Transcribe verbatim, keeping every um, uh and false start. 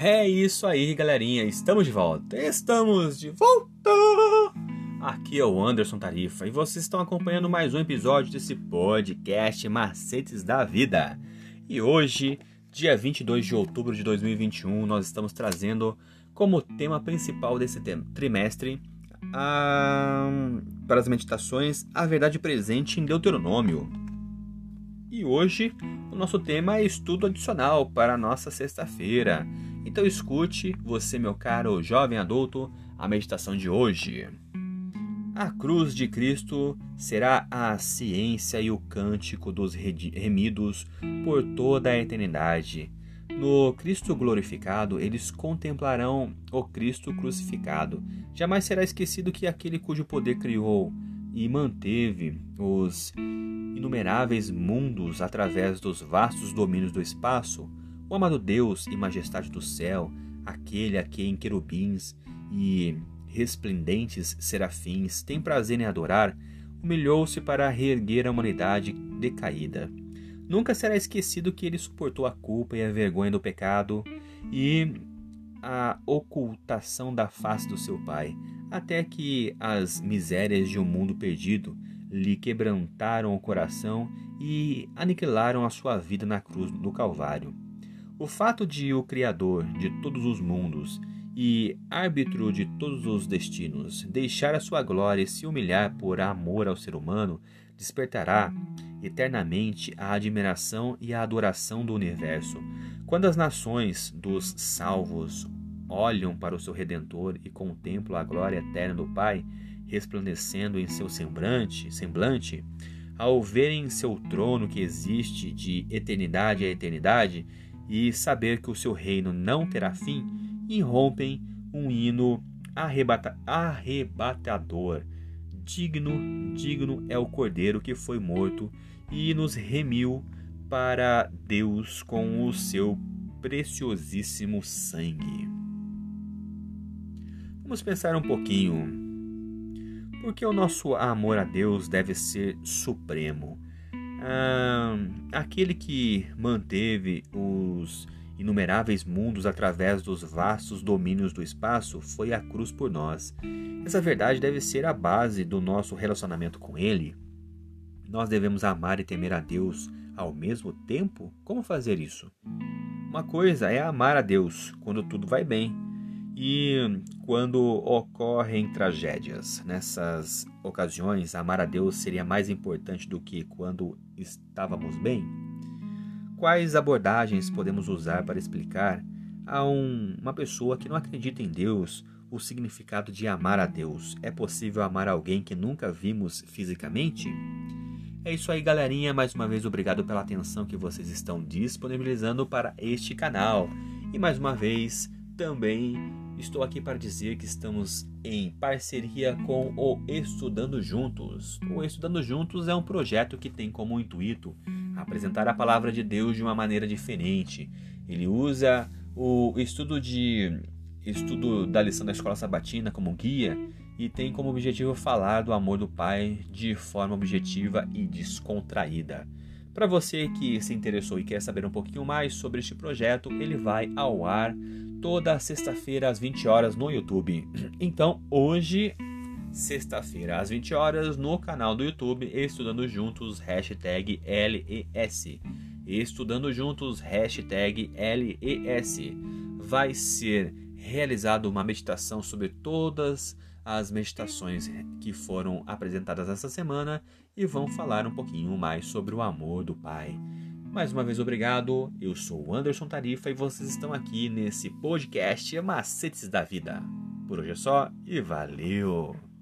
É isso aí, galerinha, estamos de volta, estamos de volta! Aqui é o Anderson Tarifa e vocês estão acompanhando mais um episódio desse podcast Macetes da Vida. E hoje, dia vinte e dois de outubro de dois mil e vinte e um, nós estamos trazendo como tema principal desse trimestre a... para as meditações a verdade presente em Deuteronômio. E hoje o nosso tema é estudo adicional para a nossa sexta-feira. Então escute, você meu caro jovem adulto, a meditação de hoje. A cruz de Cristo será a ciência e o cântico dos remidos por toda a eternidade. No Cristo glorificado, eles contemplarão o Cristo crucificado. Jamais será esquecido que aquele cujo poder criou e manteve os inumeráveis mundos através dos vastos domínios do espaço, o amado Deus e majestade do céu, aquele a quem querubins e resplendentes serafins têm prazer em adorar, humilhou-se para reerguer a humanidade decaída. Nunca será esquecido que ele suportou a culpa e a vergonha do pecado e a ocultação da face do seu Pai, até que as misérias de um mundo perdido lhe quebrantaram o coração e aniquilaram a sua vida na cruz do Calvário. O fato de o Criador de todos os mundos e árbitro de todos os destinos deixar a sua glória e se humilhar por amor ao ser humano despertará eternamente a admiração e a adoração do universo. Quando as nações dos salvos olham para o seu Redentor e contemplam a glória eterna do Pai resplandecendo em seu semblante, semblante, ao verem seu trono que existe de eternidade a eternidade e saber que o seu reino não terá fim, irrompem um hino arrebata, arrebatador. Digno, digno é o Cordeiro que foi morto e nos remiu para Deus com o seu preciosíssimo sangue. Vamos pensar um pouquinho. Por que o nosso amor a Deus deve ser supremo? Ah, aquele que manteve os inumeráveis mundos através dos vastos domínios do espaço foi à cruz por nós. Essa verdade deve ser a base do nosso relacionamento com Ele. Nós devemos amar e temer a Deus ao mesmo tempo? Como fazer isso? Uma coisa é amar a Deus quando tudo vai bem e quando ocorrem tragédias. Nessas ocasiões, amar a Deus seria mais importante do que quando estávamos bem? Quais abordagens podemos usar para explicar a um, uma pessoa que não acredita em Deus o significado de amar a Deus? É possível amar alguém que nunca vimos fisicamente? É isso aí, galerinha. Mais uma vez, obrigado pela atenção que vocês estão disponibilizando para este canal. E mais uma vez, também estou aqui para dizer que estamos em parceria com o Estudando Juntos. O Estudando Juntos é um projeto que tem como intuito apresentar a palavra de Deus de uma maneira diferente. Ele usa o estudo, de, estudo da lição da Escola Sabatina como guia e tem como objetivo falar do amor do Pai de forma objetiva e descontraída. Para você que se interessou e quer saber um pouquinho mais sobre este projeto, ele vai ao ar toda sexta-feira às vinte horas no YouTube. Então, hoje, sexta-feira às vinte horas, no canal do YouTube, Estudando Juntos, hashtag L E S. Estudando Juntos, hashtag L E S. Vai ser realizada uma meditação sobre todas as meditações que foram apresentadas essa semana e vão falar um pouquinho mais sobre o amor do Pai. Mais uma vez, obrigado. Eu sou o Anderson Tarifa e vocês estão aqui nesse podcast Macetes da Vida. Por hoje é só e valeu!